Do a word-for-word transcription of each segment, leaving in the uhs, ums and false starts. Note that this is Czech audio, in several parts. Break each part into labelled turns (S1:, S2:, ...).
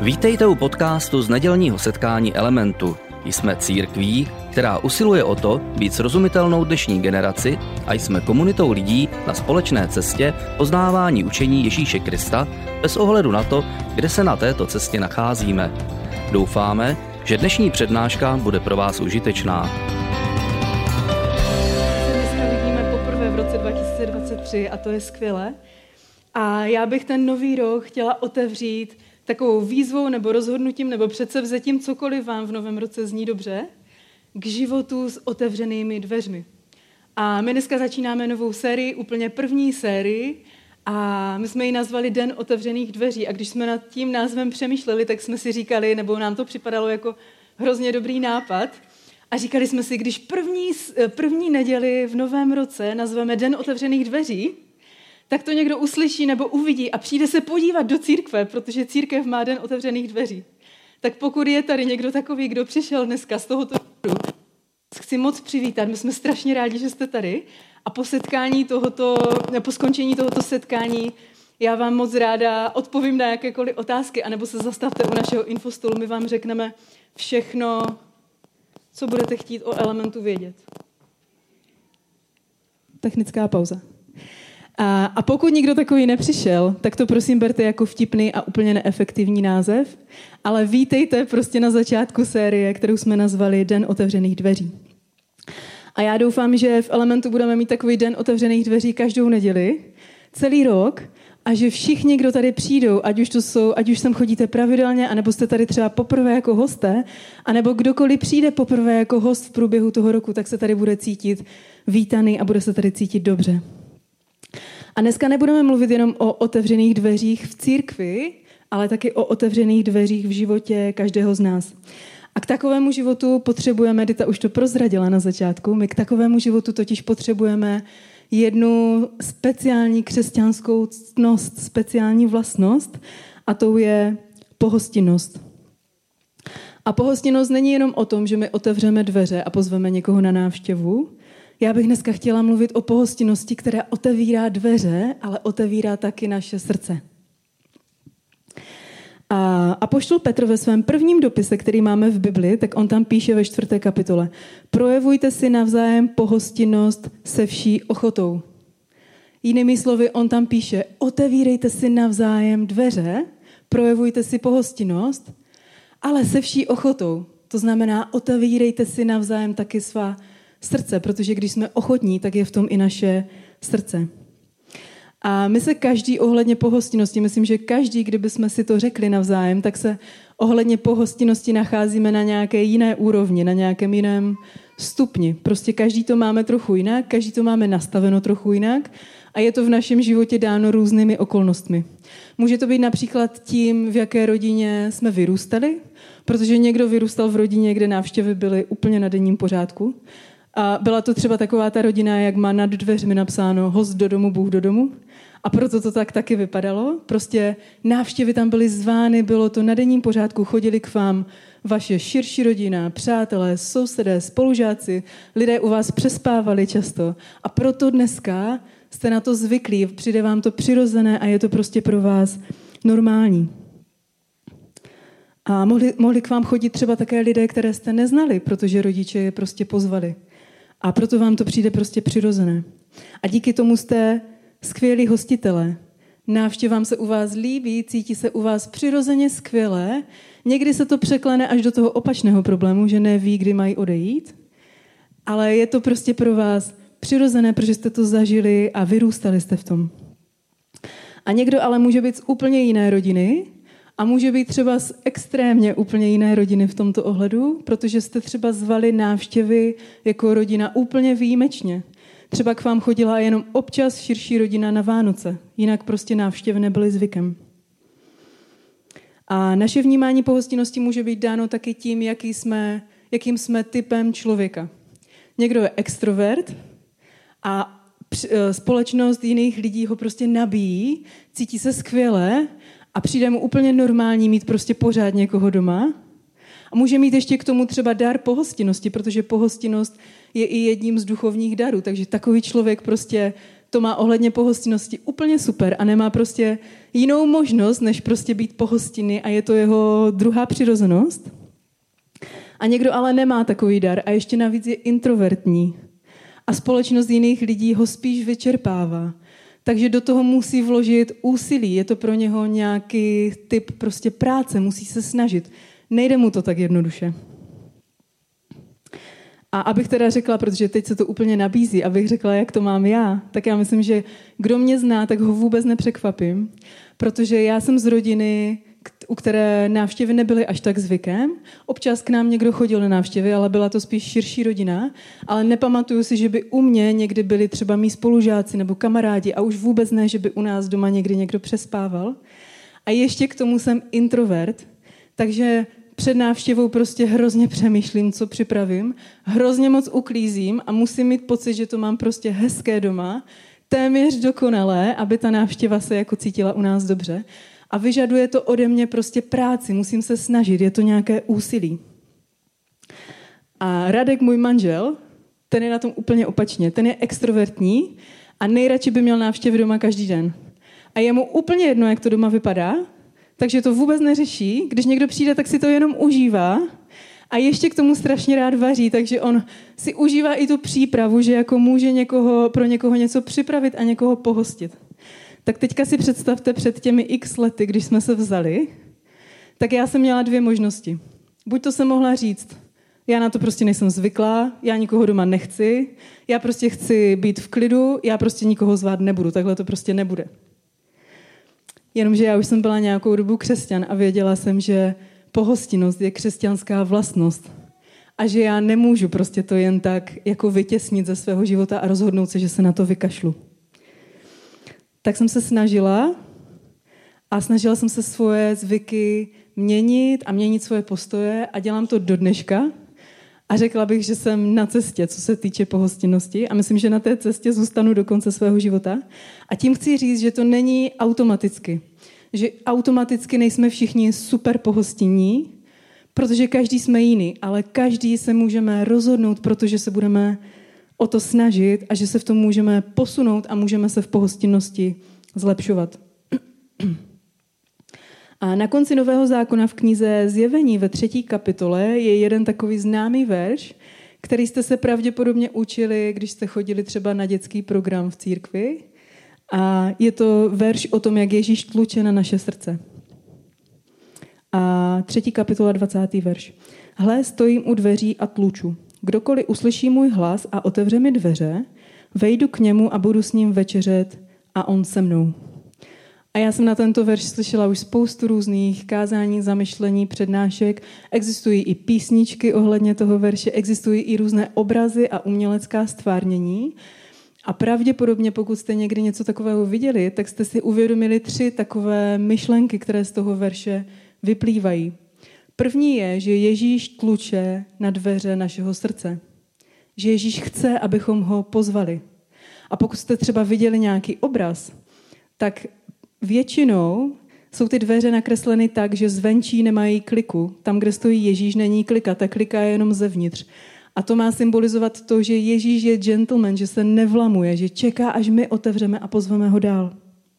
S1: Vítejte u podcastu z nedělního setkání Elementu. Jsme církví, která usiluje o to být srozumitelnou dnešní generaci a jsme komunitou lidí na společné cestě poznávání učení Ježíše Krista bez ohledu na to, kde se na této cestě nacházíme. Doufáme, že dnešní přednáška bude pro vás užitečná.
S2: Dneska vidíme poprvé v roce dva tisíce dvacet tři a to je skvělé. A já bych ten nový rok chtěla otevřít takovou výzvou nebo rozhodnutím nebo předsevzetím, cokoliv vám v novém roce zní dobře, k životu s otevřenými dveřmi. A my dneska začínáme novou sérii, úplně první sérii, a my jsme ji nazvali Den otevřených dveří. A když jsme nad tím názvem přemýšleli, tak jsme si říkali, nebo nám to připadalo jako hrozně dobrý nápad, a říkali jsme si, když první, první neděli v novém roce nazveme Den otevřených dveří, tak to někdo uslyší nebo uvidí a přijde se podívat do církve, protože církev má Den otevřených dveří. Tak pokud je tady někdo takový, kdo přišel dneska z tohoto důvodu, chci moc přivítat, my jsme strašně rádi, že jste tady, a po setkání tohoto, po skončení tohoto setkání já vám moc ráda odpovím na jakékoliv otázky, anebo se zastavte u našeho infostolu, my vám řekneme všechno, co budete chtít o Elementu vědět. Technická pauza. A, a pokud nikdo takový nepřišel, tak to prosím berte jako vtipný a úplně neefektivní název, ale vítejte prostě na začátku série, kterou jsme nazvali Den otevřených dveří. A já doufám, že v Elementu budeme mít takový Den otevřených dveří každou neděli, celý rok, a že všichni, kdo tady přijdou, ať už to jsou, ať už sem chodíte pravidelně, anebo jste tady třeba poprvé jako hosté, anebo kdokoliv přijde poprvé jako host v průběhu toho roku, tak se tady bude cítit vítaný a bude se tady cítit dobře. A dneska nebudeme mluvit jenom o otevřených dveřích v církvi, ale taky o otevřených dveřích v životě každého z nás. A k takovému životu potřebujeme, Dita už to prozradila na začátku, my k takovému životu totiž potřebujeme jednu speciální křesťanskou ctnost, speciální vlastnost, a tou je pohostinnost. A pohostinnost není jenom o tom, že my otevřeme dveře a pozveme někoho na návštěvu. Já bych dneska chtěla mluvit o pohostinnosti, která otevírá dveře, ale otevírá taky naše srdce. A apoštol Petr ve svém prvním dopise, který máme v Bibli, tak on tam píše ve čtvrté kapitole: projevujte si navzájem pohostinnost se vší ochotou. Jinými slovy, on tam píše: otevírejte si navzájem dveře, projevujte si pohostinnost, ale se vší ochotou. To znamená, otevírejte si navzájem taky svá srdce, protože když jsme ochotní, tak je v tom i naše srdce. A my se každý ohledně pohostinnosti, myslím, že každý, kdyby jsme si to řekli navzájem, tak se ohledně pohostinnosti nacházíme na nějaké jiné úrovni, na nějakém jiném stupni. Prostě každý to máme trochu jinak, každý to máme nastaveno trochu jinak a je to v našem životě dáno různými okolnostmi. Může to být například tím, v jaké rodině jsme vyrůstali, protože někdo vyrůstal v rodině, kde návštěvy byly úplně na denním pořádku. A byla to třeba taková ta rodina, jak má nad dveřmi napsáno host do domu, Bůh do domu. A proto to tak taky vypadalo. Prostě návštěvy tam byly zvány, bylo to na denním pořádku, chodili k vám vaše širší rodina, přátelé, sousedé, spolužáci, lidé u vás přespávali často. A proto dneska jste na to zvyklí, přijde vám to přirozené a je to prostě pro vás normální. A mohli, mohli k vám chodit třeba také lidé, které jste neznali, protože rodiče je prostě pozvali. A proto vám to přijde prostě přirozené. A díky tomu jste skvělí hostitelé. Návštěvám se u vás líbí, cítí se u vás přirozeně skvěle. Někdy se to překlene až do toho opačného problému, že neví, kdy mají odejít. Ale je to prostě pro vás přirozené, protože jste to zažili a vyrůstali jste v tom. A někdo ale může být z úplně jiné rodiny a může být třeba z extrémně úplně jiné rodiny v tomto ohledu, protože jste třeba zvali návštěvy jako rodina úplně výjimečně. Třeba k vám chodila jenom občas širší rodina na Vánoce, jinak prostě návštěvy nebyly zvykem. A naše vnímání pohostinnosti může být dáno taky tím, jaký jsme, jakým jsme typem člověka. Někdo je extrovert a společnost jiných lidí ho prostě nabíjí, cítí se skvěle a přijde mu úplně normální mít prostě pořád někoho doma. A může mít ještě k tomu třeba dar pohostinnosti, protože pohostinnost je i jedním z duchovních darů. Takže takový člověk prostě to má ohledně pohostinnosti úplně super a nemá prostě jinou možnost, než prostě být pohostinný a je to jeho druhá přirozenost. A někdo ale nemá takový dar a ještě navíc je introvertní. A společnost jiných lidí ho spíš vyčerpává. Takže do toho musí vložit úsilí. Je to pro něho nějaký typ prostě práce, musí se snažit. Nejde mu to tak jednoduše. A abych teda řekla, protože teď se to úplně nabízí, abych řekla, jak to mám já, tak já myslím, že kdo mě zná, tak ho vůbec nepřekvapím, protože já jsem z rodiny, u které návštěvy nebyly až tak zvykem. Občas k nám někdo chodil na návštěvy, ale byla to spíš širší rodina. Ale nepamatuju si, že by u mě někdy byli třeba mý spolužáci nebo kamarádi a už vůbec ne, že by u nás doma někdy někdo přespával. A ještě k tomu jsem introvert, takže před návštěvou prostě hrozně přemýšlím, co připravím, hrozně moc uklízím a musím mít pocit, že to mám prostě hezké doma, téměř dokonalé, aby ta návštěva se jako cítila u nás dobře. A vyžaduje to ode mě prostě práci, musím se snažit, je to nějaké úsilí. A Radek, můj manžel, ten je na tom úplně opačně. Ten je extrovertní a nejradši by měl návštěvy doma každý den. A je mu úplně jedno, jak to doma vypadá, takže to vůbec neřeší. Když někdo přijde, tak si to jenom užívá a ještě k tomu strašně rád vaří, takže on si užívá i tu přípravu, že jako může někoho, pro někoho něco připravit a někoho pohostit. Tak teďka si představte před těmi x lety, když jsme se vzali, tak já jsem měla dvě možnosti. Buď to jsem mohla říct, já na to prostě nejsem zvyklá, já nikoho doma nechci, já prostě chci být v klidu, já prostě nikoho zvát nebudu, takhle to prostě nebude. Jenomže já už jsem byla nějakou dobu křesťan a věděla jsem, že pohostinnost je křesťanská vlastnost a že já nemůžu prostě to jen tak jako vytěsnit ze svého života a rozhodnout se, že se na to vykašlu. Tak jsem se snažila a snažila jsem se svoje zvyky měnit a měnit svoje postoje a dělám to do dneška. A řekla bych, že jsem na cestě, co se týče pohostinnosti a myslím, že na té cestě zůstanu do konce svého života. A tím chci říct, že to není automaticky. Že automaticky nejsme všichni super pohostinní, protože každý jsme jiný, ale každý se můžeme rozhodnout, protože se budeme o to snažit a že se v tom můžeme posunout a můžeme se v pohostinnosti zlepšovat. A na konci Nového zákona v knize Zjevení ve třetí kapitole je jeden takový známý verš, který jste se pravděpodobně učili, když jste chodili třeba na dětský program v církvi. A je to verš o tom, jak Ježíš tluče na naše srdce. A třetí kapitola, dvacátý verš. Hle, stojím u dveří a tluču. Kdokoliv uslyší můj hlas a otevře mi dveře, vejdu k němu a budu s ním večeřet a on se mnou. A já jsem na tento verš slyšela už spoustu různých kázání, zamyšlení, přednášek. Existují i písničky ohledně toho verše, existují i různé obrazy a umělecká stvárnění. A pravděpodobně, pokud jste někdy něco takového viděli, tak jste si uvědomili tři takové myšlenky, které z toho verše vyplývají. První je, že Ježíš tluče na dveře našeho srdce. Že Ježíš chce, abychom ho pozvali. A pokud jste třeba viděli nějaký obraz, tak většinou jsou ty dveře nakresleny tak, že zvenčí nemají kliku. Tam, kde stojí Ježíš, není klika. Ta klika je jenom zevnitř. A to má symbolizovat to, že Ježíš je gentleman, že se nevlamuje, že čeká, až my otevřeme a pozveme ho dál.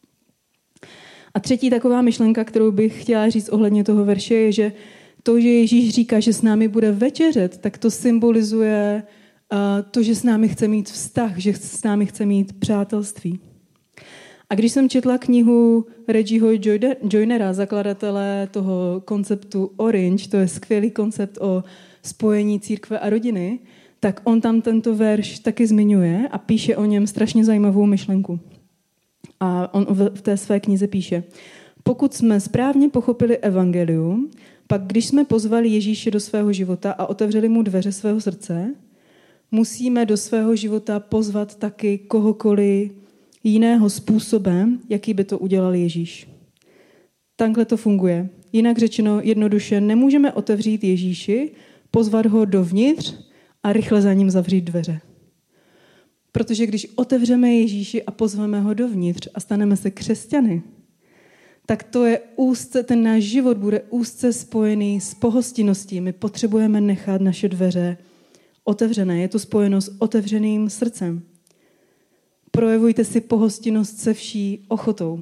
S2: A třetí taková myšlenka, kterou bych chtěla říct ohledně toho verše, je, že to, že Ježíš říká, že s námi bude večeřet, tak to symbolizuje uh, to, že s námi chce mít vztah, že s námi chce mít přátelství. A když jsem četla knihu Reggieho Joynera, zakladatele toho konceptu Orange, to je skvělý koncept o spojení církve a rodiny, tak on tam tento verš taky zmiňuje a píše o něm strašně zajímavou myšlenku. A on v té své knize píše: pokud jsme správně pochopili evangelium, pak když jsme pozvali Ježíše do svého života a otevřeli mu dveře svého srdce, musíme do svého života pozvat taky kohokoliv jiného způsobem, jaký by to udělal Ježíš. Takhle to funguje. Jinak řečeno, jednoduše nemůžeme otevřít Ježíši, pozvat ho dovnitř a rychle za ním zavřít dveře. Protože když otevřeme Ježíši a pozveme ho dovnitř a staneme se křesťany, tak to je úzce, ten náš život bude úzce spojený s pohostinností. My potřebujeme nechat naše dveře otevřené. Je to spojeno s otevřeným srdcem. Projevujte si pohostinnost se vší ochotou.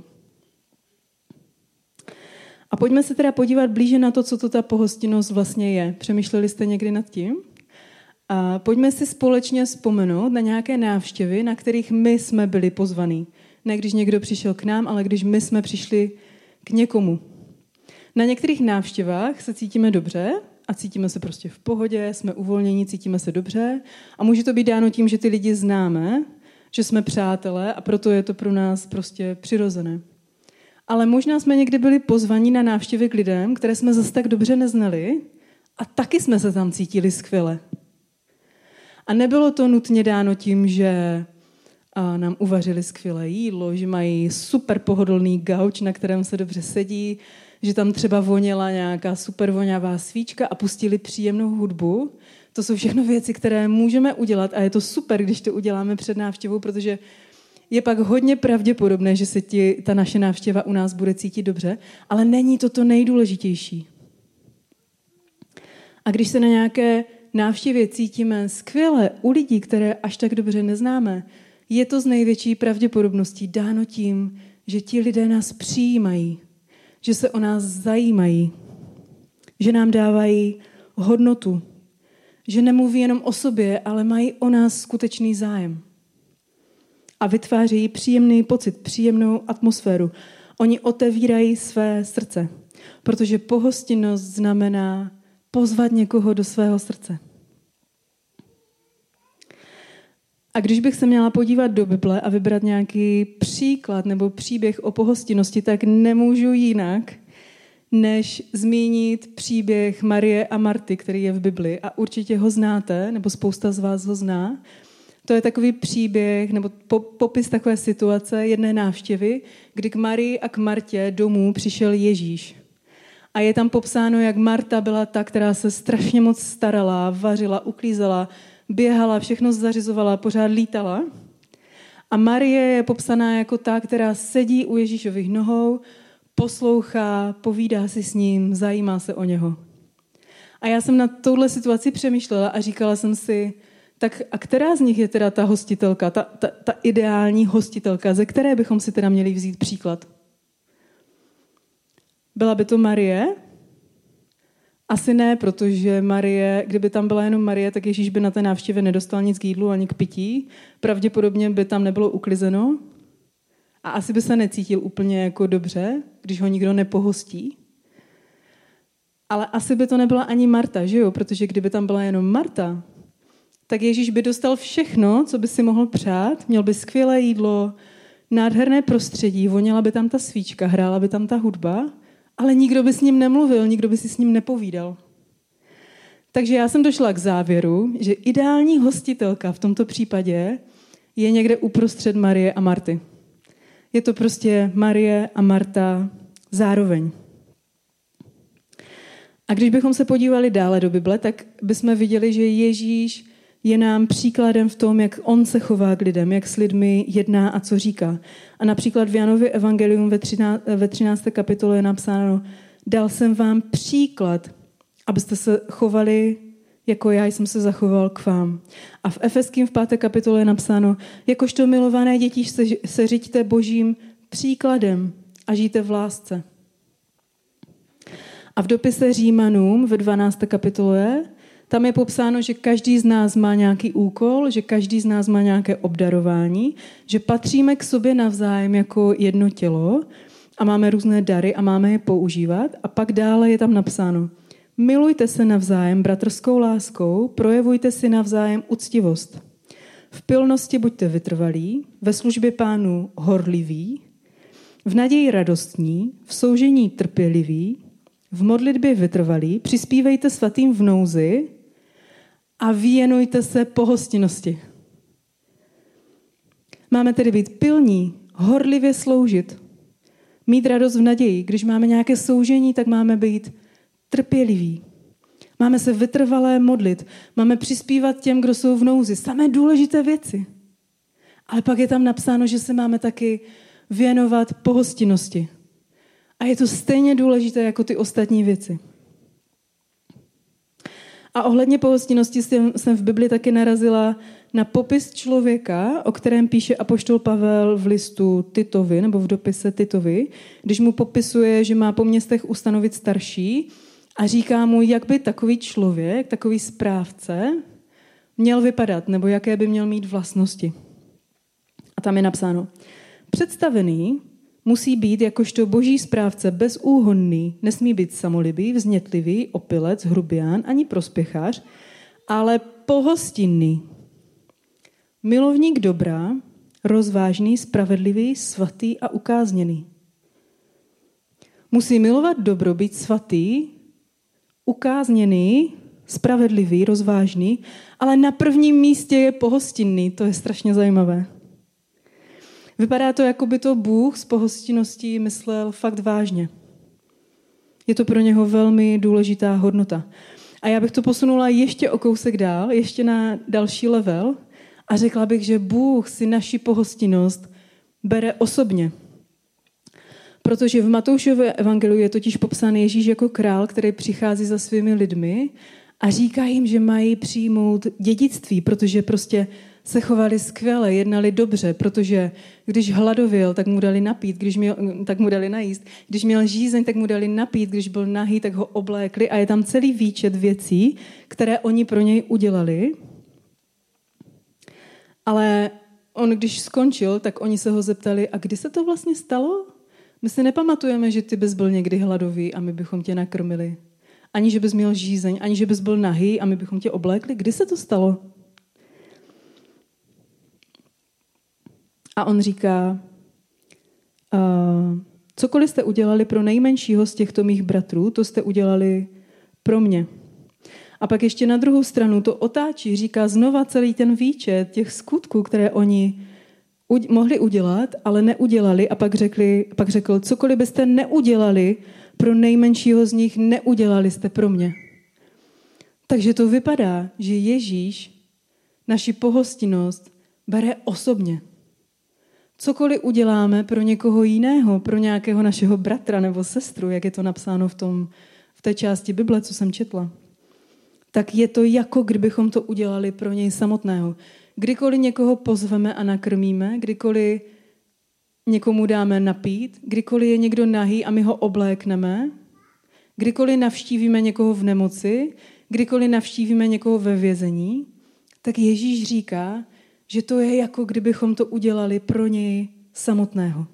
S2: A pojďme se teda podívat blíže na to, co to ta pohostinnost vlastně je. Přemýšleli jste někdy nad tím? A pojďme si společně vzpomenout na nějaké návštěvy, na kterých my jsme byli pozvaní. Ne když někdo přišel k nám, ale když my jsme přišli k někomu. Na některých návštěvách se cítíme dobře a cítíme se prostě v pohodě, jsme uvolnění, cítíme se dobře a může to být dáno tím, že ty lidi známe, že jsme přátelé a proto je to pro nás prostě přirozené. Ale možná jsme někdy byli pozvaní na návštěvy k lidem, které jsme zase tak dobře neznali a taky jsme se tam cítili skvěle. A nebylo to nutně dáno tím, že nám uvařili skvělé jídlo, že mají super pohodlný gauč, na kterém se dobře sedí, že tam třeba voněla nějaká super voňavá svíčka a pustili příjemnou hudbu. To jsou všechno věci, které můžeme udělat a je to super, když to uděláme před návštěvou, protože je pak hodně pravděpodobné, že se ti, ta naše návštěva u nás bude cítit dobře, ale není to to nejdůležitější. A když se na nějaké návštěvě cítíme skvěle u lidí, které až tak dobře neznáme, je to z největší pravděpodobností dáno tím, že ti lidé nás přijímají, že se o nás zajímají, že nám dávají hodnotu, že nemluví jenom o sobě, ale mají o nás skutečný zájem. A vytvářejí příjemný pocit, příjemnou atmosféru. Oni otevírají své srdce, protože pohostinnost znamená pozvat někoho do svého srdce. A když bych se měla podívat do Bible a vybrat nějaký příklad nebo příběh o pohostinnosti, tak nemůžu jinak, než zmínit příběh Marie a Marty, který je v Bibli. A určitě ho znáte, nebo spousta z vás ho zná. To je takový příběh, nebo popis takové situace, jedné návštěvy, kdy k Marii a k Martě domů přišel Ježíš. A je tam popsáno, jak Marta byla ta, která se strašně moc starala, vařila, uklízela, běhala, všechno zařizovala, pořád lítala. A Marie je popsaná jako ta, která sedí u Ježíšových nohou, poslouchá, povídá si s ním, zajímá se o něho. A já jsem na touhle situaci přemýšlela a říkala jsem si, tak a která z nich je teda ta hostitelka, ta, ta, ta ideální hostitelka, ze které bychom si teda měli vzít příklad? Byla by to Marie? Asi ne, protože Marie, kdyby tam byla jenom Marie, tak Ježíš by na té návštěvě nedostal nic k jídlu ani k pití. Pravděpodobně by tam nebylo uklizeno a asi by se necítil úplně jako dobře, když ho nikdo nepohostí. Ale asi by to nebyla ani Marta, že jo? Protože kdyby tam byla jenom Marta, tak Ježíš by dostal všechno, co by si mohl přát, měl by skvělé jídlo, nádherné prostředí, voněla by tam ta svíčka, hrála by tam ta hudba, ale nikdo by s ním nemluvil, nikdo by si s ním nepovídal. Takže já jsem došla k závěru, že ideální hostitelka v tomto případě je někde uprostřed Marie a Marty. Je to prostě Marie a Marta zároveň. A když bychom se podívali dále do Bible, tak bychom viděli, že Ježíš je nám příkladem v tom, jak on se chová k lidem, jak s lidmi jedná a co říká. A například v Janově evangelium ve třinácté kapitole je napsáno: dal jsem vám příklad, abyste se chovali, jako já jsem se zachoval k vám. A v Efeským v páté kapitole je napsáno: jakožto milované děti se, se řiďte Božím příkladem a žijte v lásce. A v dopise Římanům ve dvanácté kapitole tam je popsáno, že každý z nás má nějaký úkol, že každý z nás má nějaké obdarování, že patříme k sobě navzájem jako jedno tělo a máme různé dary a máme je používat. A pak dále je tam napsáno: milujte se navzájem bratrskou láskou, projevujte si navzájem uctivost. V pilnosti buďte vytrvalí, ve službě Pánu horliví, v naději radostní, v soužení trpěliví, v modlitbě vytrvalí, přispívejte svatým v nouzi a věnujte se pohostinnosti. Máme tedy být pilní, horlivě sloužit, mít radost v naději. Když máme nějaké soužení, tak máme být trpěliví. Máme se vytrvalé modlit, máme přispívat těm, kdo jsou v nouzi. Samé důležité věci. Ale pak je tam napsáno, že se máme taky věnovat pohostinnosti. A je to stejně důležité jako ty ostatní věci. A ohledně pohostinnosti jsem, jsem v Bibli taky narazila na popis člověka, o kterém píše apoštol Pavel v listu Titovi, nebo v dopise Titovi, když mu popisuje, že má po městech ustanovit starší a říká mu, jak by takový člověk, takový správce měl vypadat, nebo jaké by měl mít vlastnosti. A tam je napsáno, představený musí být jakožto boží správce bezúhonný, nesmí být samolibý, vznětlivý, opilec, hrubián, ani prospěchař, ale pohostinný. Milovník dobra, rozvážný, spravedlivý, svatý a ukázněný. Musí milovat dobro, být svatý, ukázněný, spravedlivý, rozvážný, ale na prvním místě je pohostinný. To je strašně zajímavé. Vypadá to, jako by to Bůh s pohostinností myslel fakt vážně. Je to pro něho velmi důležitá hodnota. A já bych to posunula ještě o kousek dál, ještě na další level a řekla bych, že Bůh si naši pohostinnost bere osobně. Protože v Matoušově evangeliu je totiž popsán Ježíš jako král, který přichází za svými lidmi a říká jim, že mají přijmout dědictví, protože prostě se chovali skvěle, jednali dobře, protože když hladověl, tak mu dali napít, když měl, tak mu dali najíst. Když měl žízeň, tak mu dali napít, když byl nahý, tak ho oblékli a je tam celý výčet věcí, které oni pro něj udělali. Ale on, když skončil, tak oni se ho zeptali, a kdy se to vlastně stalo? My si nepamatujeme, že ty bys byl někdy hladový a my bychom tě nakrmili. Ani, že bys měl žízeň, ani, že bys byl nahý a my bychom tě oblékli. Kdy se to stalo? A on říká, uh, cokoliv jste udělali pro nejmenšího z těchto mých bratrů, to jste udělali pro mě. A pak ještě na druhou stranu to otáčí, říká znova celý ten výčet těch skutků, které oni u- mohli udělat, ale neudělali. A pak, řekli, pak řekl, cokoliv byste neudělali pro nejmenšího z nich, neudělali jste pro mě. Takže to vypadá, že Ježíš naši pohostinnost bere osobně. Cokoliv uděláme pro někoho jiného, pro nějakého našeho bratra nebo sestru, jak je to napsáno v, tom, v té části Bible, co jsem četla, tak je to jako kdybychom to udělali pro něj samotného. Kdykoliv někoho pozveme a nakrmíme, kdykoliv někomu dáme napít, kdykoliv je někdo nahý a my ho oblékneme, kdykoliv navštívíme někoho v nemoci, kdykoliv navštívíme někoho ve vězení, tak Ježíš říká, že to je jako kdybychom to udělali pro něj samotného.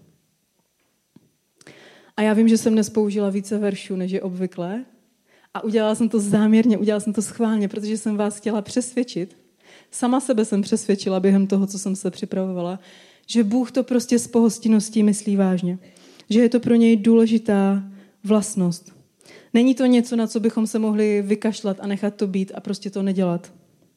S2: A já vím, že jsem dnes použila více veršů, než je obvyklé. A udělala jsem to záměrně, udělala jsem to schválně, protože jsem vás chtěla přesvědčit. Sama sebe jsem přesvědčila během toho, co jsem se připravovala, že Bůh to prostě s pohostinností myslí vážně. Že je to pro něj důležitá vlastnost. Není to něco, na co bychom se mohli vykašlat a nechat to být a prostě to nedělat.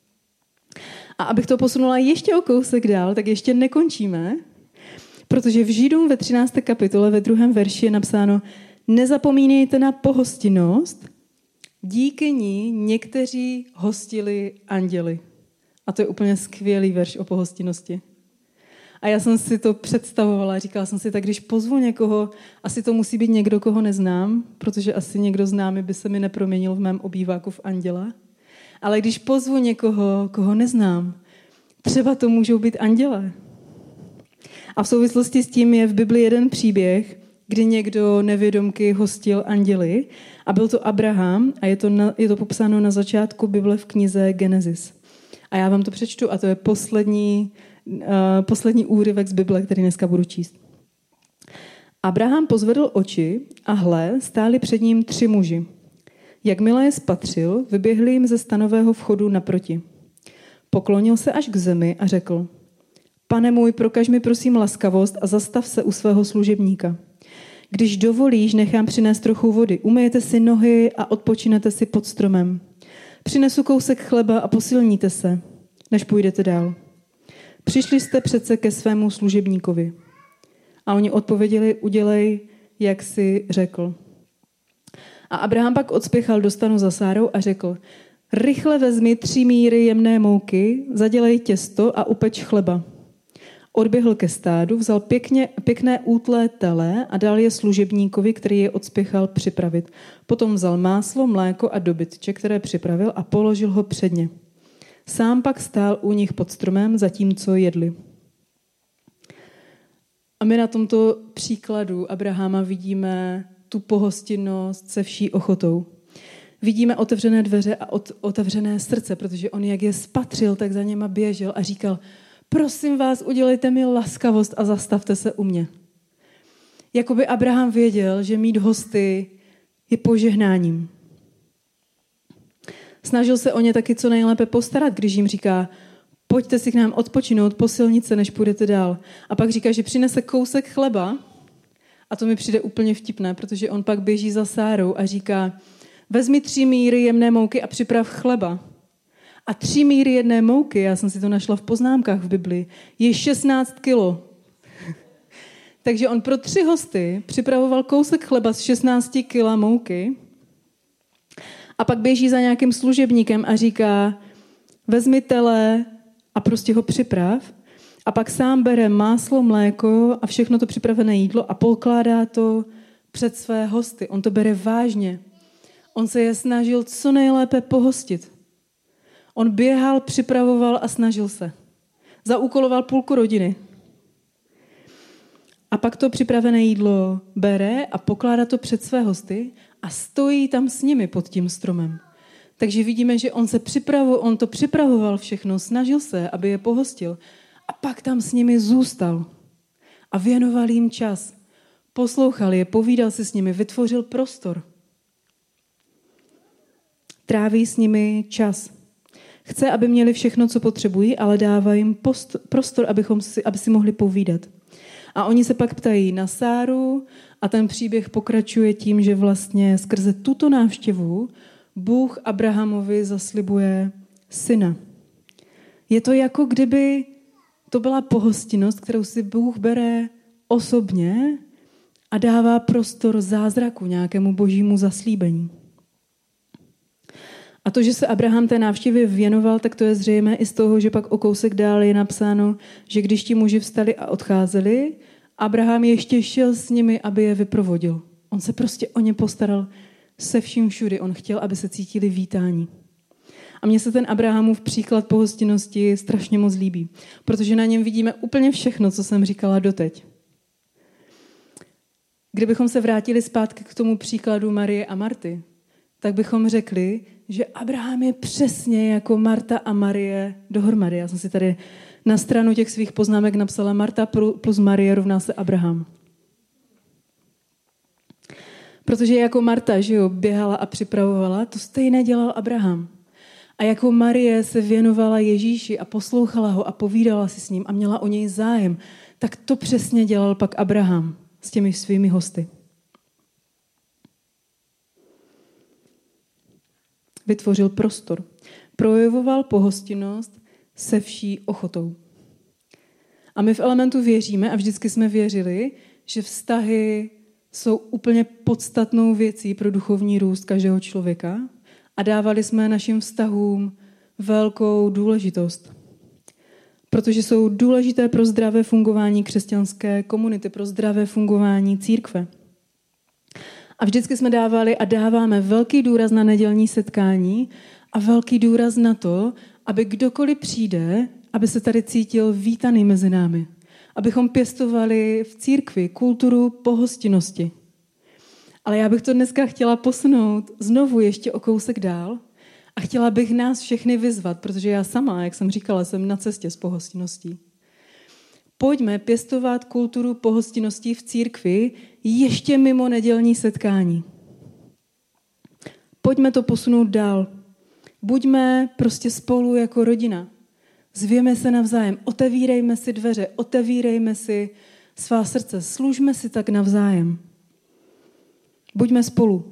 S2: A abych to posunula ještě o kousek dál, tak ještě nekončíme, protože v Židům ve třinácté kapitole ve druhém verši je napsáno nezapomínejte na pohostinnost, díky ní někteří hostili anděli. A to je úplně skvělý verš o pohostinnosti. A já jsem si to představovala, říkala jsem si, tak když pozvu někoho, asi to musí být někdo, koho neznám, protože asi někdo známý by se mi neproměnil v mém obýváku v anděla. Ale když pozvu někoho, koho neznám, třeba to můžou být andělé. A v souvislosti s tím je v Bibli jeden příběh, kdy někdo nevědomky hostil anděli a byl to Abraham a je to, na, je to popsáno na začátku Bible v knize Genesis. A já vám to přečtu a to je poslední, uh, poslední úryvek z Bible, který dneska budu číst. Abraham pozvedl oči a hle, stáli před ním tři muži. Jakmile je spatřil, vyběhli jim ze stanového vchodu naproti. Poklonil se až k zemi a řekl, Pane můj, prokaž mi prosím laskavost a zastav se u svého služebníka. Když dovolíš, nechám přinést trochu vody. Umyjete si nohy a odpočinete si pod stromem. Přinesu kousek chleba a posilníte se, než půjdete dál. Přišli jste přece ke svému služebníkovi. A oni odpověděli, udělej, jak si řekl. A Abraham pak odspěchal do stanu za Sárou a řekl, rychle vezmi tři míry jemné mouky, zadělej těsto a upeč chleba. Odběhl ke stádu, vzal pěkně, pěkné útlé tele a dal je služebníkovi, který je odspěchal připravit. Potom vzal máslo, mléko a dobytče, které připravil a položil ho před ně. Sám pak stál u nich pod stromem, zatímco jedli. A my na tomto příkladu Abrahama vidíme tu pohostinnost se vší ochotou. Vidíme otevřené dveře a otevřené srdce, protože on jak je spatřil, tak za něma běžel a říkal: prosím vás, udělejte mi laskavost a zastavte se u mě. Jakoby Abraham věděl, že mít hosty je požehnáním. Snažil se o ně taky co nejlépe postarat, když jim říká: pojďte si k nám odpočinout po silnici, než půjdete dál. A pak říká, že přinese kousek chleba, a to mi přijde úplně vtipné, protože on pak běží za Sárou a říká: vezmi tři míry jemné mouky a připrav chleba. A tři míry jedné mouky, já jsem si to našla v poznámkách v Biblii, je šestnáct kilo. Takže on pro tři hosty připravoval kousek chleba z šestnáct kila mouky a pak běží za nějakým služebníkem a říká: vezmi tele a prostě ho připrav. A pak sám bere máslo, mléko a všechno to připravené jídlo a pokládá to před své hosty. On to bere vážně. On se je snažil co nejlépe pohostit. On běhal, připravoval a snažil se. Zaúkoloval půlku rodiny. A pak to připravené jídlo bere a pokládá to před své hosty a stojí tam s nimi pod tím stromem. Takže vidíme, že on, se připravo, on to připravoval všechno, snažil se, aby je pohostil. A pak tam s nimi zůstal. A věnoval jim čas. Poslouchal je, povídal si s nimi, vytvořil prostor. Tráví s nimi čas. Chce, aby měli všechno, co potřebují, ale dává jim post, prostor, abychom si, aby si mohli povídat. A oni se pak ptají na Sáru a ten příběh pokračuje tím, že vlastně skrze tuto návštěvu Bůh Abrahamovi zaslibuje syna. Je to jako kdyby to byla pohostinnost, kterou si Bůh bere osobně a dává prostor zázraku, nějakému božímu zaslíbení. A to, že se Abraham té návštěvě věnoval, tak to je zřejmé i z toho, že pak o kousek dál je napsáno, že když ti muži vstali a odcházeli, Abraham ještě šel s nimi, aby je vyprovodil. On se prostě o ně postaral se vším všudy. On chtěl, aby se cítili vítání. A mně se ten Abrahamův příklad pohostinnosti strašně moc líbí, protože na něm vidíme úplně všechno, co jsem říkala doteď. Kdybychom se vrátili zpátky k tomu příkladu Marie a Marty, tak bychom řekli, že Abraham je přesně jako Marta a Marie dohromady. Já jsem si tady na stranu těch svých poznámek napsala: Marta plus Marie rovná se Abraham. Protože jako Marta, že jo, běhala a připravovala, to stejné dělal Abraham. A jako Marie se věnovala Ježíši a poslouchala ho a povídala si s ním a měla o něj zájem, tak to přesně dělal pak Abraham s těmi svými hosty. Vytvořil prostor. Projevoval pohostinnost se vší ochotou. A my v Elementu věříme a vždycky jsme věřili, že vztahy jsou úplně podstatnou věcí pro duchovní růst každého člověka a dávali jsme našim vztahům velkou důležitost. Protože jsou důležité pro zdravé fungování křesťanské komunity, pro zdravé fungování církve. A vždycky jsme dávali a dáváme velký důraz na nedělní setkání a velký důraz na to, aby kdokoliv přijde, aby se tady cítil vítaný mezi námi. Abychom pěstovali v církvi kulturu pohostinnosti. Ale já bych to dneska chtěla posunout znovu ještě o kousek dál a chtěla bych nás všechny vyzvat, protože já sama, jak jsem říkala, jsem na cestě s pohostinností. Pojďme pěstovat kulturu pohostinnosti v církvi ještě mimo nedělní setkání. Pojďme to posunout dál. Buďme prostě spolu jako rodina. Zvěme se navzájem, otevírejme si dveře, otevírejme si svá srdce, služme si tak navzájem. Buďme spolu.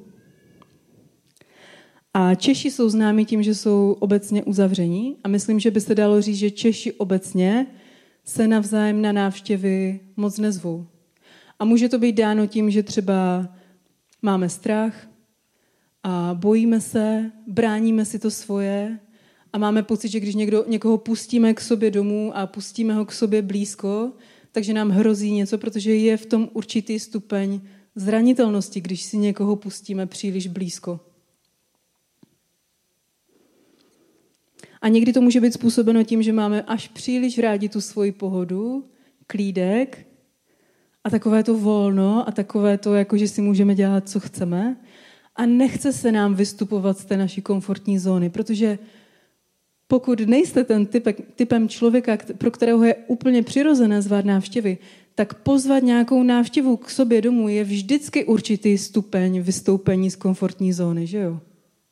S2: A Češi jsou známi tím, že jsou obecně uzavření a myslím, že by se dalo říct, že Češi obecně se navzájem na návštěvy moc nezvou. A může to být dáno tím, že třeba máme strach a bojíme se, bráníme si to svoje a máme pocit, že když někdo, někoho pustíme k sobě domů a pustíme ho k sobě blízko, takže nám hrozí něco, protože je v tom určitý stupeň zranitelnosti, když si někoho pustíme příliš blízko. A někdy to může být způsobeno tím, že máme až příliš rádi tu svoji pohodu, klídek a takové to volno a takové to, jako že si můžeme dělat, co chceme. A nechce se nám vystupovat z té naší komfortní zóny, protože pokud nejste ten typek, typem člověka, pro kterého je úplně přirozené zvát návštěvy, tak pozvat nějakou návštěvu k sobě domů je vždycky určitý stupeň vystoupení z komfortní zóny, že jo?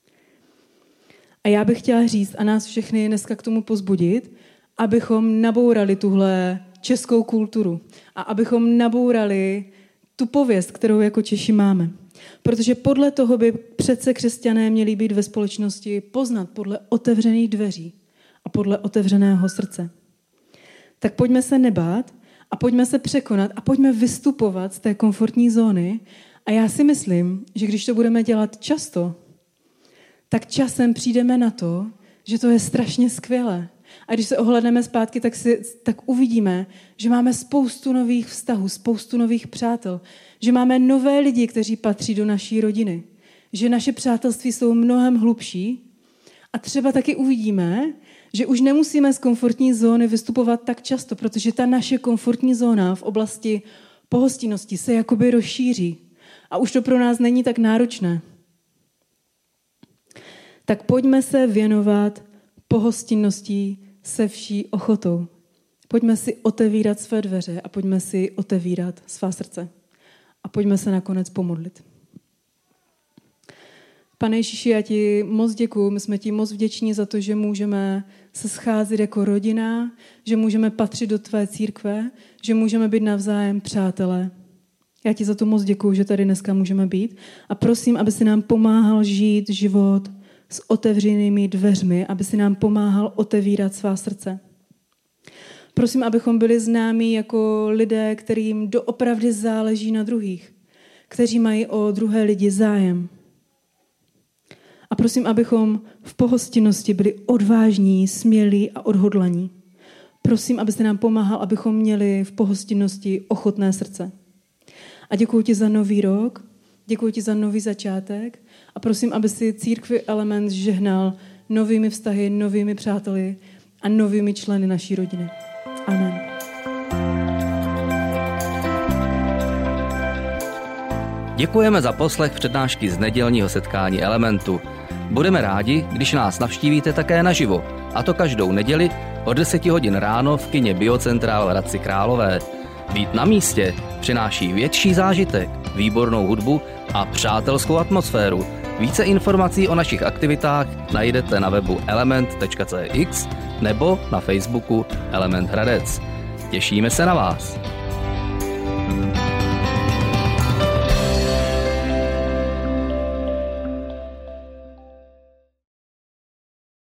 S2: A já bych chtěla říct a nás všechny dneska k tomu pozbudit, abychom nabourali tuhle českou kulturu a abychom nabourali tu pověst, kterou jako Češi máme. Protože podle toho by přece křesťané měli být ve společnosti poznat podle otevřených dveří a podle otevřeného srdce. Tak pojďme se nebát a pojďme se překonat a pojďme vystupovat z té komfortní zóny. A já si myslím, že když to budeme dělat často, tak časem přijdeme na to, že to je strašně skvělé. A když se ohlédneme zpátky, tak, si, tak uvidíme, že máme spoustu nových vztahů, spoustu nových přátel, že máme nové lidi, kteří patří do naší rodiny, že naše přátelství jsou mnohem hlubší a třeba taky uvidíme, že už nemusíme z komfortní zóny vystupovat tak často, protože ta naše komfortní zóna v oblasti pohostinnosti se jakoby rozšíří a už to pro nás není tak náročné. Tak pojďme se věnovat pohostinností se vší ochotou. Pojďme si otevírat své dveře a pojďme si otevírat svá srdce. A pojďme se nakonec pomodlit. Pane Ježíši, já ti moc děkuju, my jsme ti moc vděční za to, že můžeme se scházet jako rodina, že můžeme patřit do tvé církve, že můžeme být navzájem přátelé. Já ti za to moc děkuju, že tady dneska můžeme být a prosím, aby si nám pomáhal žít život s otevřenými dveřmi, aby si nám pomáhal otevírat svá srdce. Prosím, abychom byli známí jako lidé, kterým doopravdy záleží na druhých, kteří mají o druhé lidi zájem. A prosím, abychom v pohostinnosti byli odvážní, smělí a odhodlaní. Prosím, abyste nám pomáhal, abychom měli v pohostinnosti ochotné srdce. A děkuji ti za nový rok, děkuji ti za nový začátek a prosím, aby si církvi Element žehnal novými vztahy, novými přáteli a novými členy naší rodiny. Amen.
S1: Děkujeme za poslech přednášky z nedělního setkání Elementu. Budeme rádi, když nás navštívíte také naživo, a to každou neděli od deseti hodin ráno v kině Biocentrál v Hradci Králové. Být na místě přináší větší zážitek, výbornou hudbu a přátelskou atmosféru. Více informací o našich aktivitách najdete na webu element tečka cé x nebo na Facebooku Element Hradec. Těšíme se na vás.